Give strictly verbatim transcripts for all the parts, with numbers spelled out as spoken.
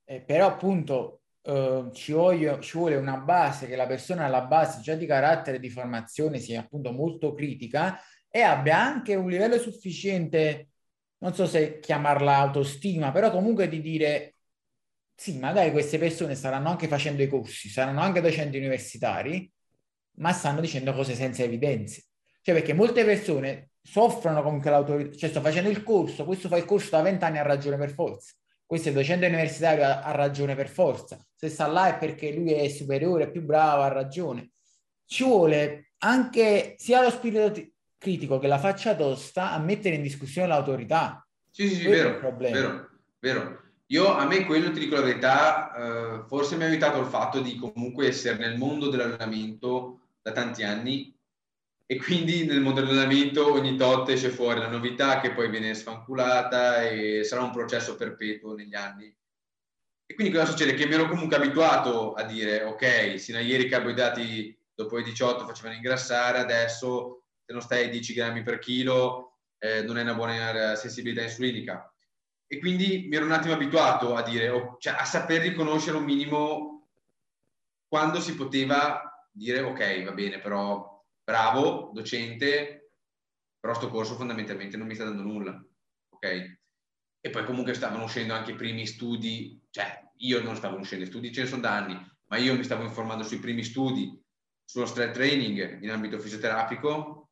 Eh, però appunto eh, ci voglio- ci vuole una base, che la persona alla base già di carattere e di formazione sia appunto molto critica e abbia anche un livello sufficiente, non so se chiamarla autostima, però comunque di dire sì, magari queste persone staranno anche facendo i corsi, saranno anche docenti universitari, ma stanno dicendo cose senza evidenze. Cioè, perché molte persone soffrono comunque l'autorità, cioè sto facendo il corso, questo fa il corso da vent'anni ha ragione per forza, questo è il docente universitario ha, ha ragione per forza, se sta là è perché lui è superiore, è più bravo, ha ragione. Ci vuole anche sia lo spirito ti- critico che la faccia tosta a mettere in discussione l'autorità. Sì, sì, sì, Quello è il vero, problema. vero, vero. Io, a me quello, ti dico la verità, eh, forse mi ha aiutato il fatto di comunque essere nel mondo dell'allenamento da tanti anni e quindi nel mondo dell'allenamento ogni tot esce fuori la novità che poi viene sfanculata e sarà un processo perpetuo negli anni. E quindi cosa succede? Che mi ero comunque abituato a dire, ok, sino a ieri i carboidrati dopo i diciotto facevano ingrassare, adesso se non stai ai dieci grammi per chilo eh, non è una buona sensibilità insulinica. E quindi mi ero un attimo abituato a dire, oh, cioè a saper riconoscere un minimo quando si poteva dire, ok, va bene, però bravo, docente, però sto corso fondamentalmente non mi sta dando nulla, ok? E poi comunque stavano uscendo anche i primi studi, cioè io non stavo uscendo, i studi ce ne sono da anni, ma io mi stavo informando sui primi studi sullo strength training in ambito fisioterapico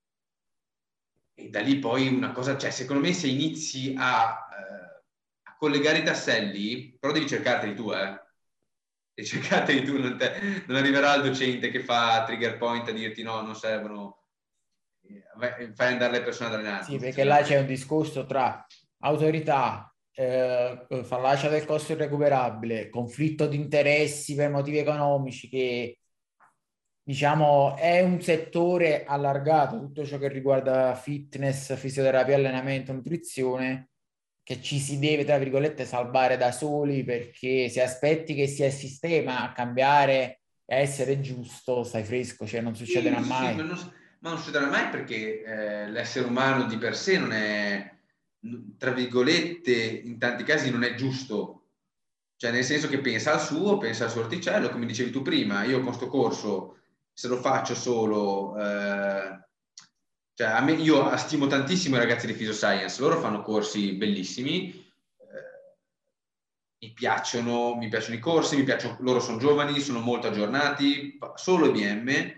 e da lì poi una cosa, cioè secondo me se inizi a, eh, a collegare i tasselli, però devi cercarteli tu, eh. Devi cercarteli tu, non, te, non arriverà il docente che fa trigger point a dirti no, non servono, eh, fai andare le persone ad Sì, allenarsi, perché là c'è semplicemente. un discorso tra autorità, eh, fallacia del costo irrecuperabile, conflitto di interessi per motivi economici, che diciamo è un settore allargato, tutto ciò che riguarda fitness, fisioterapia, allenamento, nutrizione, che ci si deve, tra virgolette, salvare da soli, perché se aspetti che sia il sistema a cambiare e a essere giusto, stai fresco, cioè non succederà Sì, sì, sì, ma mai. non, ma non succederà mai perché eh, l'essere umano di per sé non è, tra virgolette, in tanti casi non è giusto. Cioè, nel senso che pensa al suo, pensa al suo orticello, come dicevi tu prima, io con sto corso, se lo faccio solo, eh, cioè, a me, io stimo tantissimo i ragazzi di Physioscience, loro fanno corsi bellissimi, eh, mi piacciono, mi piacciono i corsi, mi piacciono, loro sono giovani, sono molto aggiornati, solo I B M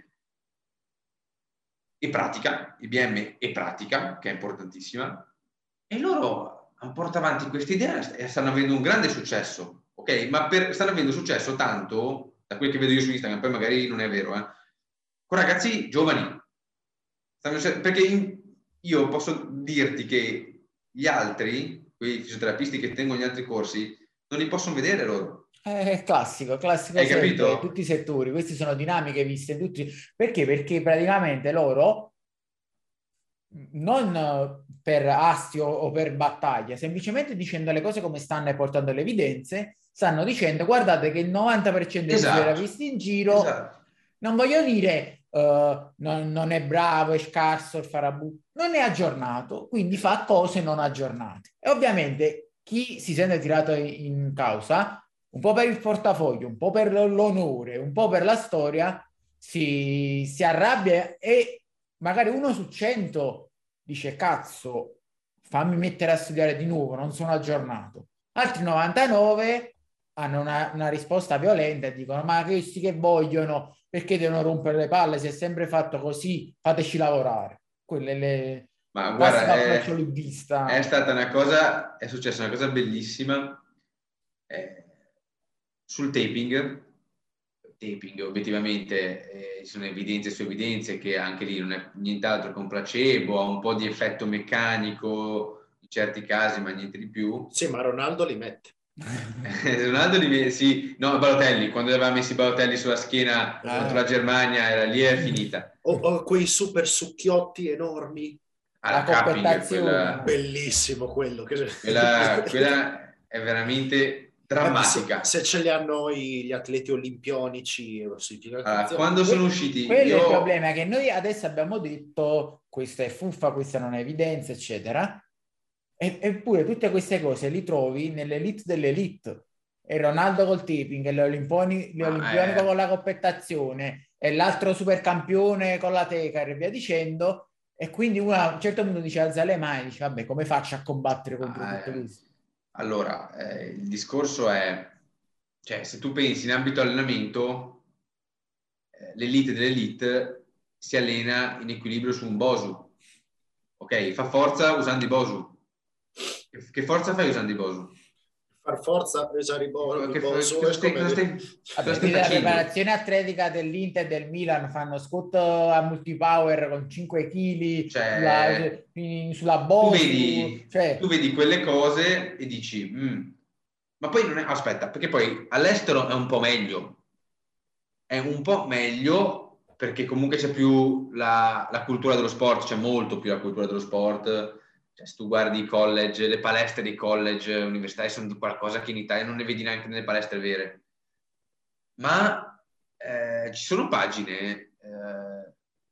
e pratica, I B M e pratica, che è importantissima, e loro portano avanti questa idea e stanno avendo un grande successo, ok? Ma per, stanno avendo successo tanto, da quel che vedo io su Instagram, poi magari non è vero, eh, con ragazzi giovani. Stanno, perché in, io posso dirti che gli altri, quei fisioterapisti che tengono gli altri corsi, non li possono vedere loro. È classico, classico Hai sempre, in capito? tutti i settori. Queste sono dinamiche viste in tutti. Perché? Perché praticamente loro, non per astio o per battaglia, semplicemente dicendo le cose come stanno e portando le evidenze, stanno dicendo guardate che il novanta per cento dei Esatto, fisioterapisti in giro, esatto. non voglio dire uh, non, non è bravo, è scarso, è farabù, non è aggiornato, quindi fa cose non aggiornate. E ovviamente chi si sente tirato in causa, un po' per il portafoglio, un po' per l'onore, un po' per la storia, si, si arrabbia e magari uno su cento dice cazzo, fammi mettere a studiare di nuovo, non sono aggiornato. Altri novantanove hanno una, una risposta violenta e dicono ma questi che vogliono, perché devono rompere le palle, si è sempre fatto così, fateci lavorare. Quello è le, Ma classico guarda, approccio è, è luddista. stata una cosa, è successa una cosa bellissima eh, sul taping. Taping, obiettivamente, eh, ci sono evidenze su evidenze che anche lì non è nient'altro che un placebo, ha un po' di effetto meccanico in certi casi, ma niente di più. Sì, ma Ronaldo li mette. Ronaldo li me- sì, no, Balotelli, quando aveva messo i Balotelli sulla schiena contro la Eh, Germania, era lì è finita. O, o quei super succhiotti enormi. Alla la cupping, coppettazione. quella, Bellissimo quello. Che... quella, quella è veramente Eh, ma se, drammatica. se ce li hanno i- gli atleti olimpionici o si Allora, attenzione. quando sono Que- usciti, quello è il io problema, che noi adesso abbiamo detto questa è fuffa, questa non è evidenza, eccetera. E- eppure tutte queste cose li trovi nell'elite dell'elite. e Ronaldo col taping, e le Olimpioni, le Ah, Olimpionico eh. con la coppettazione, e l'altro supercampione con la teca e via dicendo, e quindi uno a un certo punto dice alza le mani e dice vabbè, come faccio a combattere contro Ah, tutto eh. questo? Allora, eh, il discorso è, cioè, se tu pensi in ambito allenamento, eh, l'elite dell'elite si allena in equilibrio su un Bosu, ok? Fa forza usando i Bosu. Che, che forza fai usando i Bosu? Far forza a usare i bo- Che, il boso cosa è stai, come cosa dire- stai, cosa Vabbè, stai vedi la facendo? preparazione atletica dell'Inter e del Milan, fanno scotto a multipower con cinque chili sulla, Cioè, sulla tu Bosu, vedi, tu cioè vedi quelle cose e dici, "Mm." Ma poi non è, aspetta, perché poi all'estero è un po' meglio, è un po' meglio perché comunque c'è più la, la cultura dello sport, c'è molto più la cultura dello sport. Cioè, se tu guardi i college, le palestre dei college universitari sono di qualcosa che in Italia non ne vedi neanche nelle palestre vere. Ma eh, ci sono pagine, eh,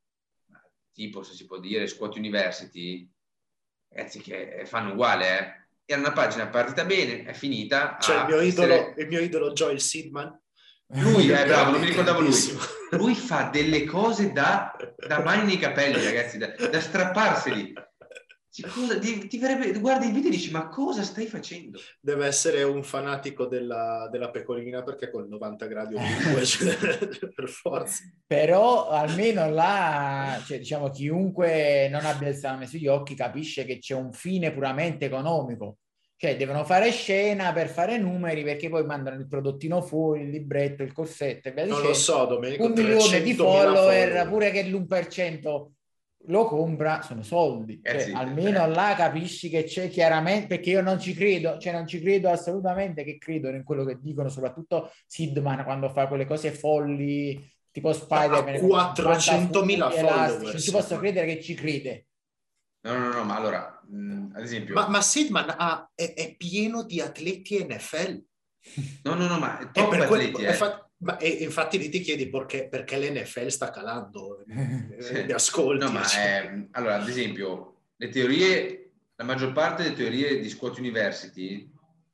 tipo, se si può dire, Squat University, ragazzi, che fanno uguale, eh. Era una pagina partita bene, è finita C'è il a mio idolo, essere... il mio idolo Joel Sidman. Lui è bravo, non mi ricordavo lui. Grandissimo. Lui fa delle cose da, da mani nei capelli, ragazzi, da, da strapparseli. Sì, cosa, ti, ti verrebbe, guardi il video e dici, ma cosa stai facendo? Deve essere un fanatico della, della pecorina perché col novanta gradi ovunque, cioè, per forza. però almeno là, cioè, diciamo, chiunque non abbia il salame sugli occhi capisce che c'è un fine puramente economico. Cioè, devono fare scena per fare numeri perché poi mandano il prodottino fuori, il libretto, il corsetto e via Non lo dicendo. so, Domenico, Un milione di trecentomila follower, follower. pure che l'uno per cento lo compra, sono soldi. Cioè, Ragazzi, almeno eh, là capisci che c'è chiaramente, perché io non ci credo, cioè non ci credo assolutamente che credono in quello che dicono, soprattutto Sidman quando fa quelle cose folli tipo Ha Spider-Man con cinquanta quattrocentomila funghi elastici, follower, non ci posso Sidman. credere che ci crede. no, no, no, ma allora, mh, ad Ma, esempio, ma Sidman ha- è, è pieno di atleti N F L. no, no, no, ma E top per que- atleti, e eh. fa- ma- e infatti lì ti chiedi perché, perché l'N F L sta calando eh, gli No, ascolti. ma Cioè. ehm, allora, ad esempio, le teorie, la maggior parte delle teorie di Squat University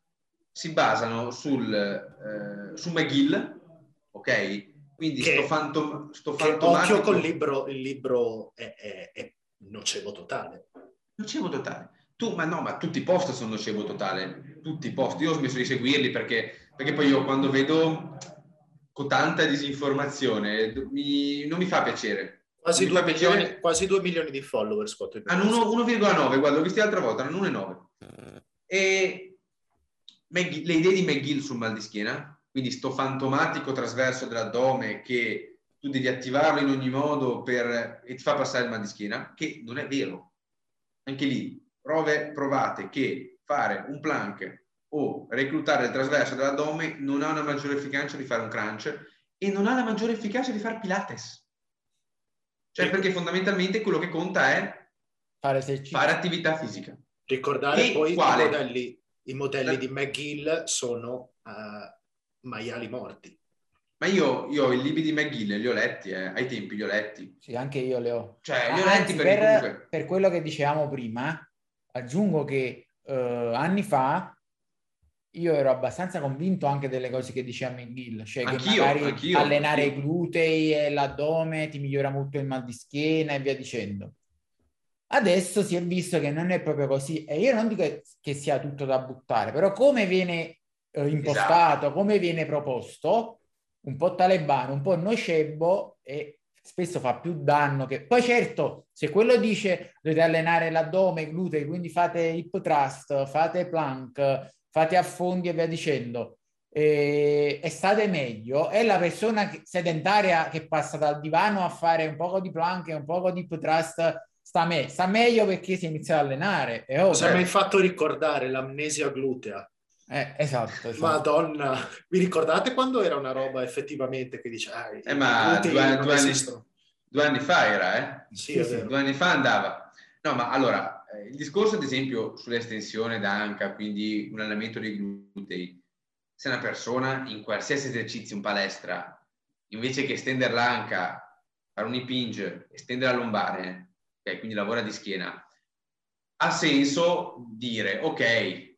si basano sul, eh, su McGill, ok? Quindi sto, Che, fantom- sto che occhio col fantomatico, libro, il libro è, è- è nocebo totale. nocebo totale. Tu, ma no, ma tutti i post sono nocebo totale, tutti i post. Io ho smesso di seguirli perché, perché poi io quando vedo con tanta disinformazione mi- non mi fa piacere. Non Quasi mi due fa milioni, piacere. quasi due milioni di follower, Scott Hanno University. uno virgola nove, guarda, l'ho visto l'altra volta, hanno uno virgola nove. E McGill, le idee di McGill sul mal di schiena, quindi sto fantomatico trasverso dell'addome che tu devi attivarlo in ogni modo per, e ti fa passare il mal di schiena, che non è vero. Anche lì, prove provate che fare un plank o reclutare il trasverso dell'addome non ha una maggiore efficacia di fare un crunch e non ha la maggiore efficacia di fare Pilates. Cioè, perché fondamentalmente quello che conta è Fare esercizio. fare attività fisica. Ricordare E poi quale? i modelli, i modelli La... di McGill sono uh, maiali morti. Ma io, io ho i libri di McGill, li ho letti, eh. Ai tempi li ho letti. Sì, anche io le ho. Cioè, li Ma ho letti anzi, perché per, comunque... per quello che dicevamo prima, aggiungo che eh, anni fa io ero abbastanza convinto anche delle cose che diceva McGill, cioè che Anch'io, magari anch'io, allenare i anch'io. glutei e l'addome ti migliora molto il mal di schiena e via dicendo. Adesso si è visto che non è proprio così e io non dico che sia tutto da buttare, però come viene eh, impostato, Esatto. come viene proposto, un po' talebano, un po' nocebo e spesso fa più danno che... Poi certo, se quello dice dovete allenare l'addome, i glutei, quindi fate hip thrust, fate plank, fate affondi e via dicendo, e, e state meglio, è la persona che, sedentaria che passa dal divano a fare un poco di plank e un poco di hip thrust sta, me- sta meglio perché si inizia ad allenare, è Cosa mi hai ovvio. fatto ricordare l'amnesia glutea? Eh, esatto, esatto. Madonna, vi ricordate quando era una roba effettivamente che dice ah, Eh, i ma glutei due, non due anni, esistono? due anni fa era, eh? Sì, Sì, è sì. vero. Due anni fa andava. No, ma allora, eh, il discorso ad esempio sull'estensione d'anca, quindi un allenamento dei glutei, se una persona in qualsiasi esercizio in palestra, invece che estendere l'anca, fare un hip hinge, estendere la lombare, ok, quindi lavora di schiena, ha senso dire, ok,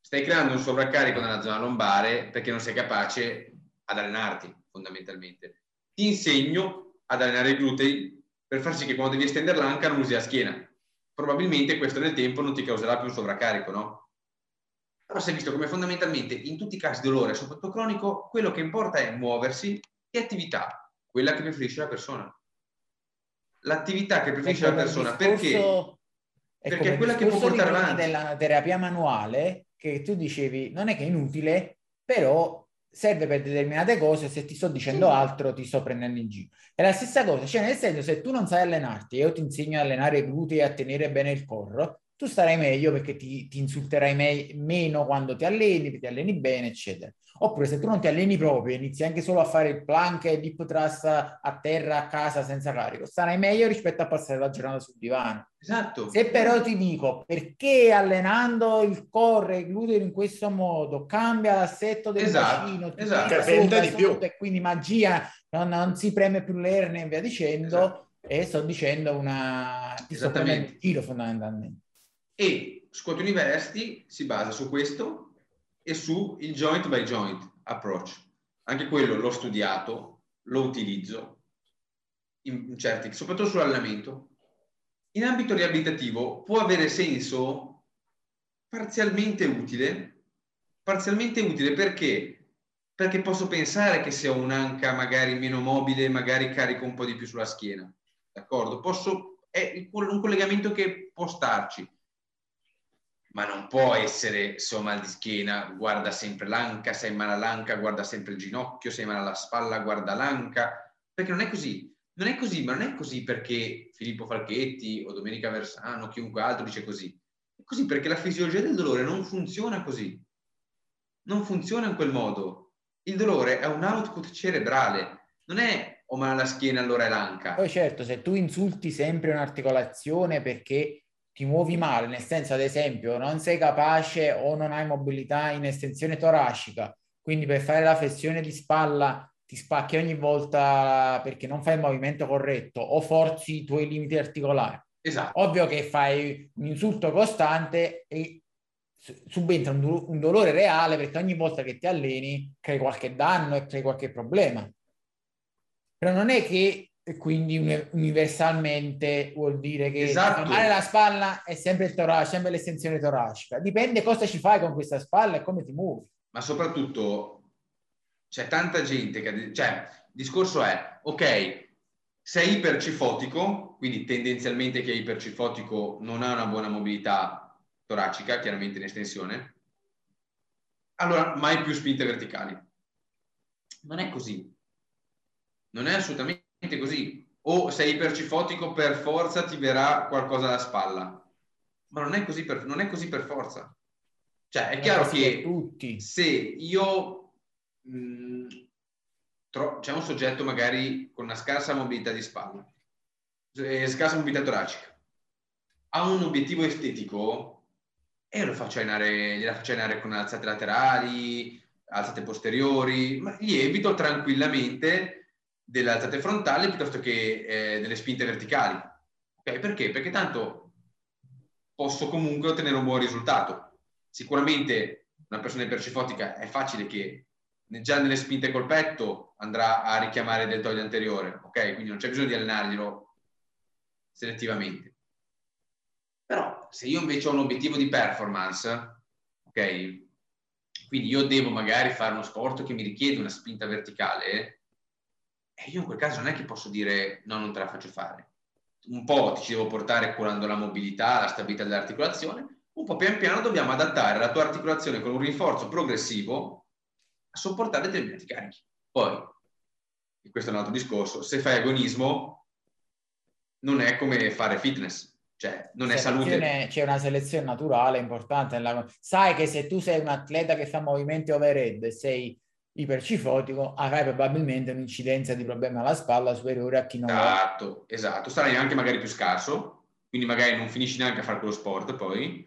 stai creando un sovraccarico nella zona lombare perché non sei capace ad allenarti, fondamentalmente. Ti insegno ad allenare i glutei per far sì che quando devi estendere l'anca non usi la schiena. Probabilmente questo nel tempo non ti causerà più un sovraccarico, no? Però si è visto come fondamentalmente in tutti i casi di dolore, soprattutto cronico, quello che importa è muoversi e attività, quella che preferisce la persona. L'attività che preferisce la persona, perché? È Perché come è il quella che può discorso di portare prima avanti. della terapia manuale, che tu dicevi, non è che è inutile, però serve per determinate cose, se ti sto dicendo Sì. altro ti sto prendendo in giro. È la stessa cosa, cioè nel senso, se tu non sai allenarti, io ti insegno a allenare i glutei e a tenere bene il core, tu starai meglio perché ti, ti insulterai me- meno quando ti alleni, ti alleni bene, eccetera. Oppure se tu non ti alleni proprio, inizi anche solo a fare il plank e l'hip thrust a terra a casa senza carico, starai meglio rispetto a passare la giornata sul divano. Esatto. Se però ti dico perché allenando il core e i glutei in questo modo cambia l'assetto del Esatto, bacino, ti esatto. pesa Che pende sopra e di sotto più. e quindi magia, non, non si preme più l'ernia e via dicendo, Esatto. e sto dicendo una... ti sto prendendo in Esattamente. giro fondamentalmente. E Squat University si basa su questo e su il joint by joint approach. Anche quello l'ho studiato, lo utilizzo in certi, soprattutto sull'allenamento. In ambito riabilitativo può avere senso parzialmente utile, parzialmente utile perché? Perché posso pensare che se ho un'anca magari meno mobile, magari carico un po' di più sulla schiena, d'accordo? Posso, è un collegamento che può starci, ma non può essere se ho mal di schiena, guarda sempre l'anca, se hai male all'anca, guarda sempre il ginocchio, se hai male alla spalla, guarda l'anca, perché non è così. Non è così, ma non è così perché Filippo Falchetti o Domenica Versano o chiunque altro dice così. È così perché la fisiologia del dolore non funziona così. Non funziona in quel modo. Il dolore è un output cerebrale, non è ho male alla schiena allora è l'anca. Poi certo, se tu insulti sempre un'articolazione perché ti muovi male, nel senso ad esempio non sei capace o non hai mobilità in estensione toracica, quindi per fare la flessione di spalla ti spacchi ogni volta perché non fai il movimento corretto o forzi i tuoi limiti articolari. Esatto. Ovvio che fai un insulto costante e subentra un, do- un dolore reale perché ogni volta che ti alleni crei qualche danno e crei qualche problema. Però non è che quindi universalmente vuol dire che ti fa Esatto. male la spalla è sempre il torace, sempre l'estensione toracica. Dipende cosa ci fai con questa spalla e come ti muovi. Ma soprattutto c'è tanta gente che... Cioè, il discorso è, ok, sei ipercifotico, quindi tendenzialmente chi è ipercifotico non ha una buona mobilità toracica, chiaramente in estensione, allora mai più spinte verticali. Non è così. Non è assolutamente così. O sei ipercifotico, per forza ti verrà qualcosa alla spalla. Ma non è così per, non è così per forza. Cioè, è Non è chiaro così per che tutti. se io mh, tro- c'è un soggetto magari con una scarsa mobilità di spalla, eh, scarsa mobilità toracica, ha un obiettivo estetico e io lo faccio allenare, gliela faccio allenare con alzate laterali, alzate posteriori, ma gli evito tranquillamente delle alzate frontali piuttosto che eh, delle spinte verticali. Okay? Perché? Perché tanto posso comunque ottenere un buon risultato. Sicuramente una persona ipercifotica è facile che già nelle spinte col petto andrà a richiamare il deltoide anteriore, ok? Quindi non c'è bisogno di allenarglielo selettivamente. Però se io invece ho un obiettivo di performance, ok? Quindi io devo magari fare uno sport che mi richiede una spinta verticale, e io in quel caso non è che posso dire no, non te la faccio fare. Un po' ti ci devo portare curando la mobilità, la stabilità dell'articolazione, un po' pian piano dobbiamo adattare la tua articolazione con un rinforzo progressivo a sopportare determinati carichi. Poi, e questo è un altro discorso, se fai agonismo non è come fare fitness, cioè non è salute. C'è una selezione naturale importante. Nella... Sai che se tu sei un atleta che fa movimenti overhead e sei ipercifotico, avrai probabilmente un'incidenza di problemi alla spalla superiore a chi non lo è. Esatto, esatto. Sarai anche magari più scarso, quindi magari non finisci neanche a fare quello sport poi.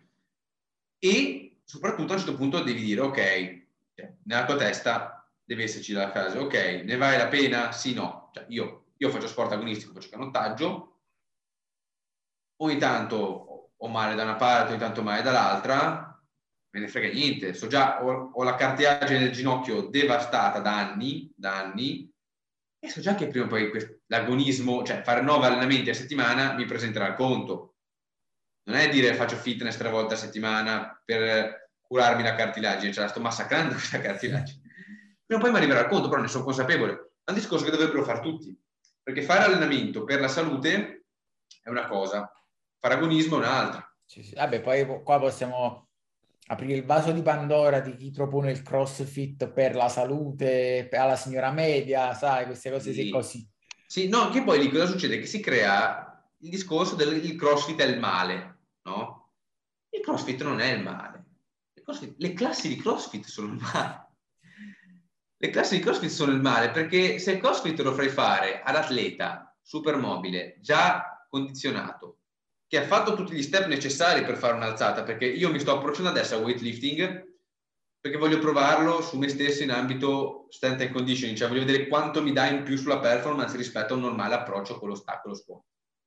E soprattutto a un certo punto devi dire, ok, cioè, nella tua testa deve esserci la frase, ok, ne vale la pena? Sì, no. Cioè, io, io faccio sport agonistico, faccio canottaggio, ogni tanto ho male da una parte, ogni tanto male dall'altra, me ne frega niente, so già, ho, ho la cartiagine del ginocchio devastata da anni, da anni, e so già che prima o poi quest- l'agonismo, cioè fare nove allenamenti a settimana mi presenterà il conto. Non è dire faccio fitness tre volte a settimana per curarmi la cartilagine, cioè la sto massacrando questa cartilagine. Prima o poi mi arriverà il conto, però ne sono consapevole. È un discorso che dovrebbero fare tutti, perché fare allenamento per la salute è una cosa, fare agonismo è un'altra. Sì, sì. Vabbè, poi qua possiamo aprire il vaso di Pandora di chi propone il CrossFit per la salute, per- alla signora media, sai, queste cose sì, Sì. così. Sì, no, che poi lì cosa succede? Che si crea il discorso del il CrossFit è il male, no? Il CrossFit non è il male. Il CrossFit- le classi di CrossFit sono il male. Le classi di CrossFit sono il male perché se il CrossFit lo fai fare ad atleta supermobile, già condizionato, che ha fatto tutti gli step necessari per fare un'alzata, perché io mi sto approcciando adesso a weightlifting perché voglio provarlo su me stesso in ambito strength and conditioning, cioè voglio vedere quanto mi dà in più sulla performance rispetto a un normale approccio con lo stacco e lo squat.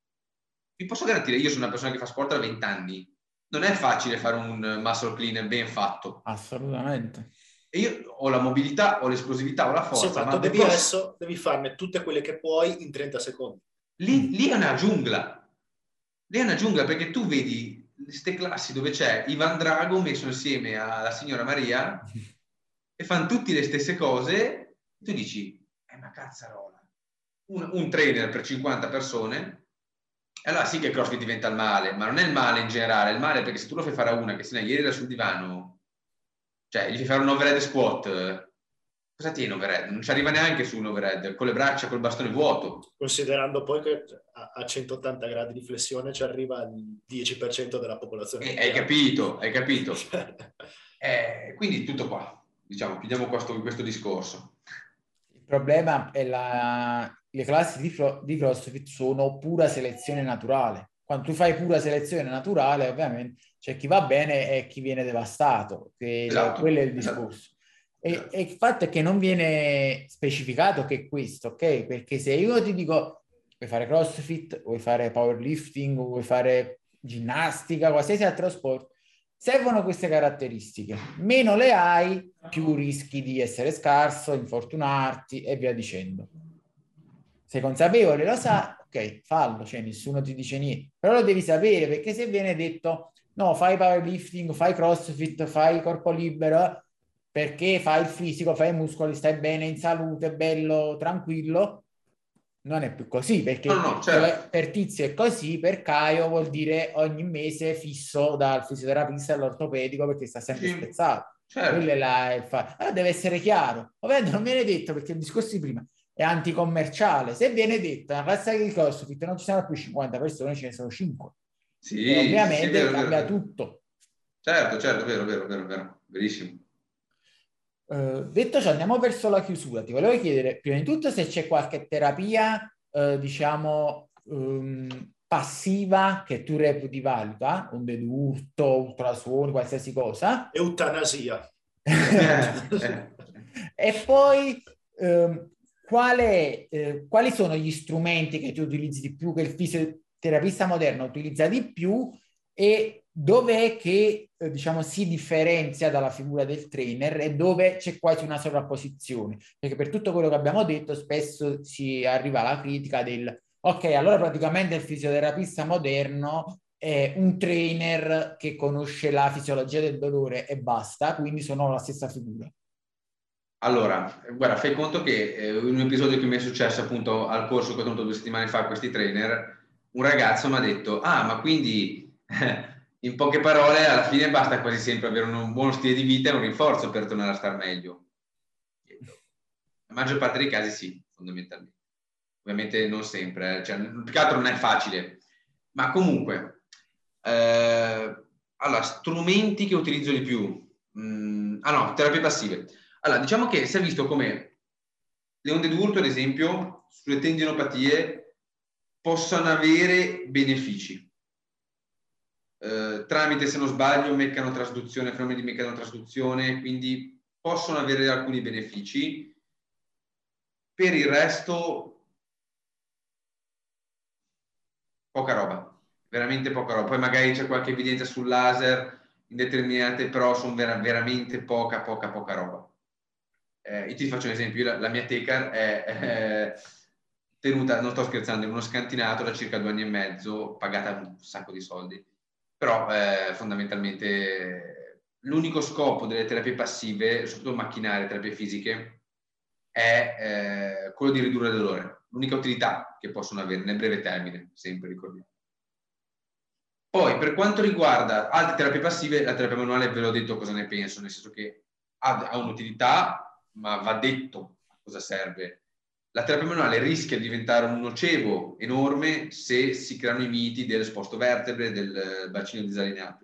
Vi posso garantire, io sono una persona che fa sport da venti anni, non è facile fare un muscle clean ben fatto. Assolutamente. E io ho la mobilità, ho l'esplosività, ho la Sì, forza, ma ma devi, posso... adesso, devi farne tutte quelle che puoi in trenta secondi. lì, lì è una giungla. Lì è una giungla perché tu vedi queste classi dove c'è Ivan Drago messo insieme alla signora Maria e fanno tutti le stesse cose e tu dici, è una cazzarola. Un, un trainer per cinquanta persone, e allora sì che il CrossFit diventa il male, ma non è il male in generale, è il male perché se tu lo fai fare a una che se ne ieri era sul divano, cioè gli fai fare un overhead squat, cosa tiene overhead? Non ci arriva neanche su un overhead, con le braccia, col bastone vuoto. Considerando poi che a, a centottanta gradi di flessione ci arriva il dieci per cento della popolazione. E, hai capito, hai capito. Cioè... Eh, quindi tutto qua, diciamo, chiudiamo questo, questo discorso. Il problema è la... le classi di, flo... di CrossFit sono pura selezione naturale. Quando tu fai pura selezione naturale, ovviamente c'è chi va bene e chi viene devastato, che il... quello è il Esatto. discorso. E, e il fatto è che non viene specificato che è questo, ok? Perché se io ti dico vuoi fare CrossFit, vuoi fare powerlifting, vuoi fare ginnastica, qualsiasi altro sport, servono queste caratteristiche. Meno le hai, più rischi di essere scarso, infortunarti e via dicendo. Sei consapevole, lo sa, ok, fallo, cioè nessuno ti dice niente, però lo devi sapere perché se viene detto no, fai powerlifting, fai CrossFit, fai corpo libero, perché fai il fisico, fai i muscoli, stai bene, in salute, bello, tranquillo, non è più così, perché No, no, no, certo. per Tizio è così, per Caio vuol dire ogni mese fisso dal fisioterapista all'ortopedico perché sta sempre Sì, spezzato. certo. Quello è la, il fa... allora deve essere chiaro. Ovviamente non viene detto perché il discorso di prima è anticommerciale. Se viene detto nella classe di CrossFit non ci sono più cinquanta persone, ce ne sono cinque. E Sì, sì, sì, ovviamente vero, vero, cambia vero. tutto. Certo, certo, vero, vero, vero, vero, verissimo. Uh, detto ciò, andiamo verso la chiusura. Ti volevo chiedere, prima di tutto, se c'è qualche terapia, uh, diciamo, um, passiva che tu reputi valida, onde d'urto, ultrasuoni, qualsiasi cosa. Eutanasia. E poi, um, quale, eh, quali sono gli strumenti che tu utilizzi di più, che il fisioterapista moderno utilizza di più e dov'è che eh, diciamo si differenzia dalla figura del trainer e dove c'è quasi una sovrapposizione, perché per tutto quello che abbiamo detto spesso si arriva alla critica del ok, allora praticamente il fisioterapista moderno è un trainer che conosce la fisiologia del dolore e basta, quindi sono la stessa figura. Allora, guarda, fai conto che eh, in un episodio che mi è successo appunto al corso che ho tenuto due settimane fa a questi trainer, un ragazzo mi ha detto, ah, ma quindi in poche parole alla fine basta quasi sempre avere un, un buono stile di vita e un rinforzo per tornare a star meglio. La maggior parte dei casi sì, fondamentalmente. Ovviamente non sempre, eh. Cioè, più che altro non è facile, ma comunque, eh, allora, strumenti che utilizzo di più. Mm, ah no, terapie passive. Allora, diciamo che si è visto come le onde d'urto, ad esempio, sulle tendinopatie possano avere benefici. Eh, tramite, se non sbaglio, meccanotrasduzione, fenomeni di meccanotrasduzione, quindi possono avere alcuni benefici. Per il resto, poca roba, veramente poca roba. Poi magari c'è qualche evidenza sul laser in determinate, però sono vera, veramente poca, poca, poca roba. Eh, io ti faccio un esempio, la, la mia teca è, è tenuta, non sto scherzando, in uno scantinato da circa due anni e mezzo, pagata un sacco di soldi, però eh, fondamentalmente l'unico scopo delle terapie passive, soprattutto macchinari, terapie fisiche, è eh, quello di ridurre il dolore, l'unica utilità che possono avere nel breve termine, sempre ricordiamo. Poi, per quanto riguarda altre terapie passive, la terapia manuale ve l'ho detto cosa ne penso, nel senso che ha, ha un'utilità, ma va detto a cosa serve. La terapia manuale rischia di diventare un nocebo enorme se si creano i miti dell'esposto vertebre, del bacino disallineato.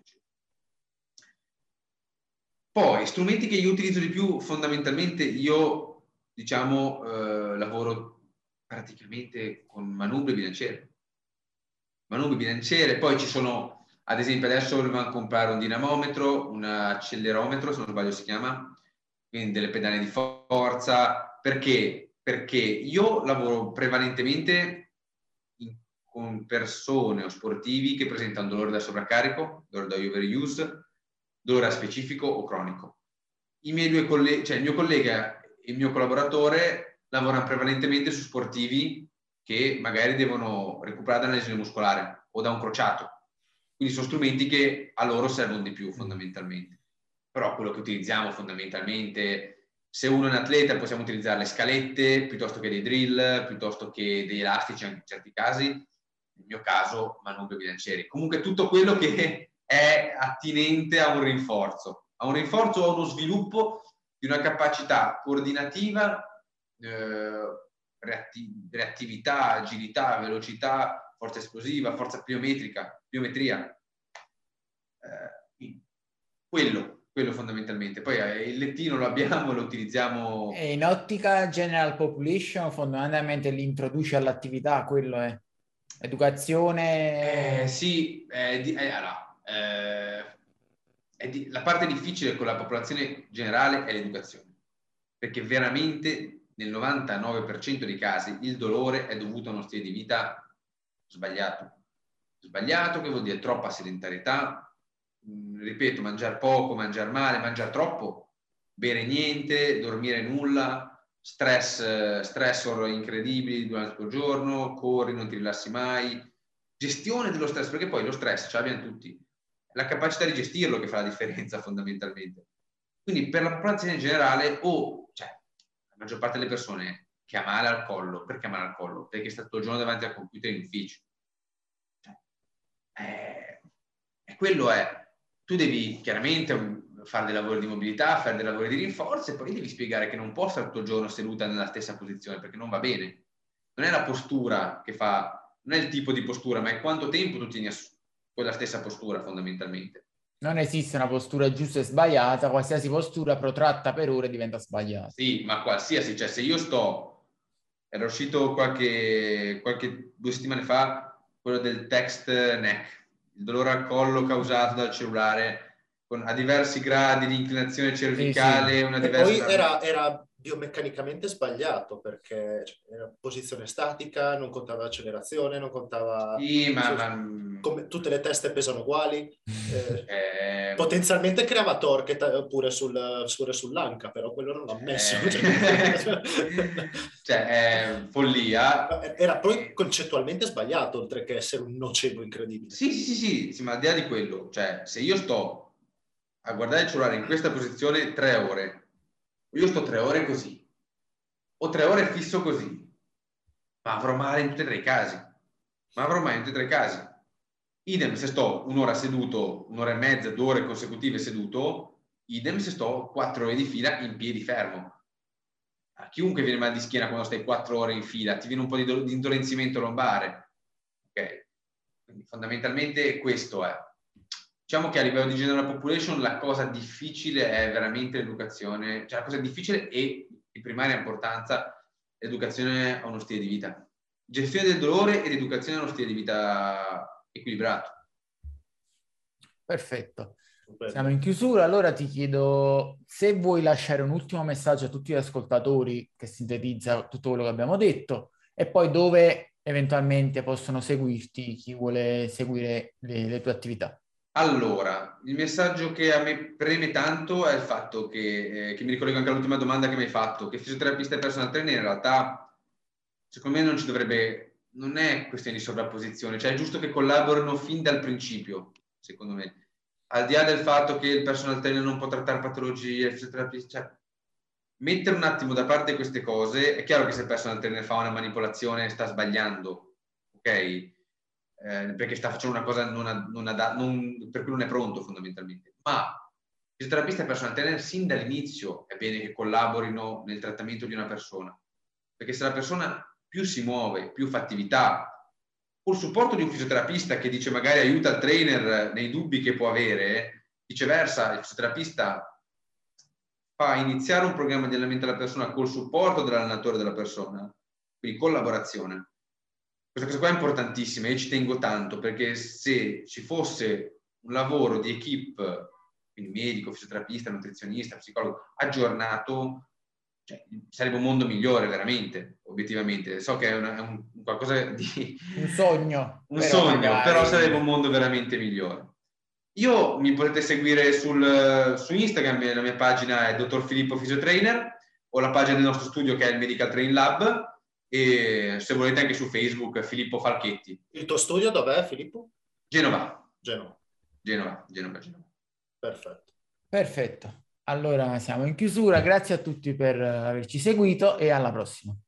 Poi, strumenti che io utilizzo di più, fondamentalmente io, diciamo, eh, lavoro praticamente con manubri e bilanciere. Manubri e bilanciere, poi ci sono, ad esempio, adesso volevamo comprare un dinamometro, un accelerometro, se non sbaglio si chiama, quindi delle pedane di forza. Perché? Perché io lavoro prevalentemente in, con persone o sportivi che presentano dolore da sovraccarico, dolore da overuse, dolore specifico o cronico. I miei due colleghi, cioè il mio collega e il mio collaboratore lavorano prevalentemente su sportivi che magari devono recuperare da una lesione muscolare o da un crociato. Quindi sono strumenti che a loro servono di più fondamentalmente. Però quello che utilizziamo fondamentalmente, se uno è un atleta possiamo utilizzare le scalette piuttosto che dei drill, piuttosto che degli elastici anche in certi casi, nel mio caso manubri e bilancieri. Comunque tutto quello che è attinente a un rinforzo, a un rinforzo o a uno sviluppo di una capacità coordinativa, eh, reattiv- reattività, agilità, velocità, forza esplosiva, forza pliometrica, pliometria. Eh, quello, quello fondamentalmente. Poi eh, il lettino lo abbiamo, lo utilizziamo. E in ottica general population, fondamentalmente li introduce all'attività, quello è educazione. Eh, sì, eh, di, eh, allora, eh, è di, la parte difficile con la popolazione generale è l'educazione, perché veramente nel novantanove per cento dei casi il dolore è dovuto a uno stile di vita sbagliato. Sbagliato che vuol dire troppa sedentarietà, mh, ripeto, mangiare poco, mangiare male, mangiare troppo, bere niente, dormire nulla, stress, stressor incredibili durante il giorno, corri, non ti rilassi mai, gestione dello stress, perché poi lo stress ce l'abbiamo tutti, la capacità di gestirlo che fa la differenza fondamentalmente. Quindi per la popolazione in generale, o cioè, la maggior parte delle persone che ha male al collo, perché ha male al collo? Perché è stato tutto il giorno davanti al computer in ufficio. Cioè, eh, e quello è, tu devi chiaramente fare dei lavori di mobilità, fare dei lavori di rinforzo e poi devi spiegare che non può stare tutto il giorno seduta nella stessa posizione perché non va bene. Non è la postura che fa, non è il tipo di postura, ma è quanto tempo tu tieni quella stessa postura fondamentalmente. Non esiste una postura giusta e sbagliata, qualsiasi postura protratta per ore diventa sbagliata. Sì, ma qualsiasi, cioè se io sto, era uscito qualche, qualche due settimane fa quello del text neck, il dolore al collo causato dal cellulare con, a diversi gradi di inclinazione cervicale, sì, sì. una E diversa... poi era, era biomeccanicamente sbagliato perché era posizione statica, non contava l'accelerazione, non contava... Sì, ma... Cioè, ma... come, tutte le teste pesano uguali. Eh, Eh, potenzialmente creava torque pure, sul, pure sull'anca, però quello non l'ha messo. eh, cioè, è follia. Era poi concettualmente sbagliato, oltre che essere un nocebo incredibile. Sì, sì, sì, sì, sì, ma al di là di quello, cioè, se io sto a guardare il cellulare in questa posizione tre ore, io sto tre ore così, o tre ore fisso così, ma avrò male in tutti e tre i casi, ma avrò male in tutti e tre i casi. Idem se sto un'ora seduto, un'ora e mezza, due ore consecutive seduto, idem se sto quattro ore di fila in piedi fermo. A chiunque viene mal di schiena quando stai quattro ore in fila, ti viene un po' di, do- di indolenzimento lombare. Ok? Quindi fondamentalmente questo è. Diciamo che a livello di general population la cosa difficile è veramente l'educazione, cioè la cosa difficile e di primaria importanza è l'educazione a uno stile di vita. Gestione del dolore ed educazione a uno stile di vita equilibrato. Perfetto. Siamo in chiusura, allora ti chiedo se vuoi lasciare un ultimo messaggio a tutti gli ascoltatori che sintetizza tutto quello che abbiamo detto e poi dove eventualmente possono seguirti chi vuole seguire le, le tue attività. Allora, il messaggio che a me preme tanto è il fatto che, eh, che mi ricollego anche all'ultima domanda che mi hai fatto, che fisioterapista e personal trainer in realtà, secondo me non ci dovrebbe, non è questione di sovrapposizione, cioè è giusto che collaborino fin dal principio, secondo me. Al di là del fatto che il personal trainer non può trattare patologie, il fisioterapista, cioè, mettere un attimo da parte queste cose, è chiaro che se il personal trainer fa una manipolazione sta sbagliando, ok? Eh, perché sta facendo una cosa non, non non, per cui non è pronto fondamentalmente, ma il fisioterapista e il personal trainer sin dall'inizio è bene che collaborino nel trattamento di una persona, perché se la persona più si muove, più fa attività, col supporto di un fisioterapista che dice magari aiuta il trainer nei dubbi che può avere, viceversa il fisioterapista fa iniziare un programma di allenamento alla persona col supporto dell'allenatore della persona, quindi collaborazione. Questa cosa qua è importantissima, io ci tengo tanto, perché se ci fosse un lavoro di equip, quindi medico, fisioterapista, nutrizionista, psicologo, aggiornato, cioè, sarebbe un mondo migliore veramente, obiettivamente. So che è, una, è un, qualcosa di... Un sogno. un però sogno, magari... però sarebbe un mondo veramente migliore. Io mi potete seguire sul, su Instagram, la mia pagina è dottor Filippo Fisiotrainer, o la pagina del nostro studio che è il Medical Training Lab, e se volete anche su Facebook Filippo Falchetti. Il tuo studio dov'è, Filippo? Genova. Genova. Genova, Genova, Genova. Perfetto. Perfetto. Allora siamo in chiusura, grazie a tutti per averci seguito e alla prossima.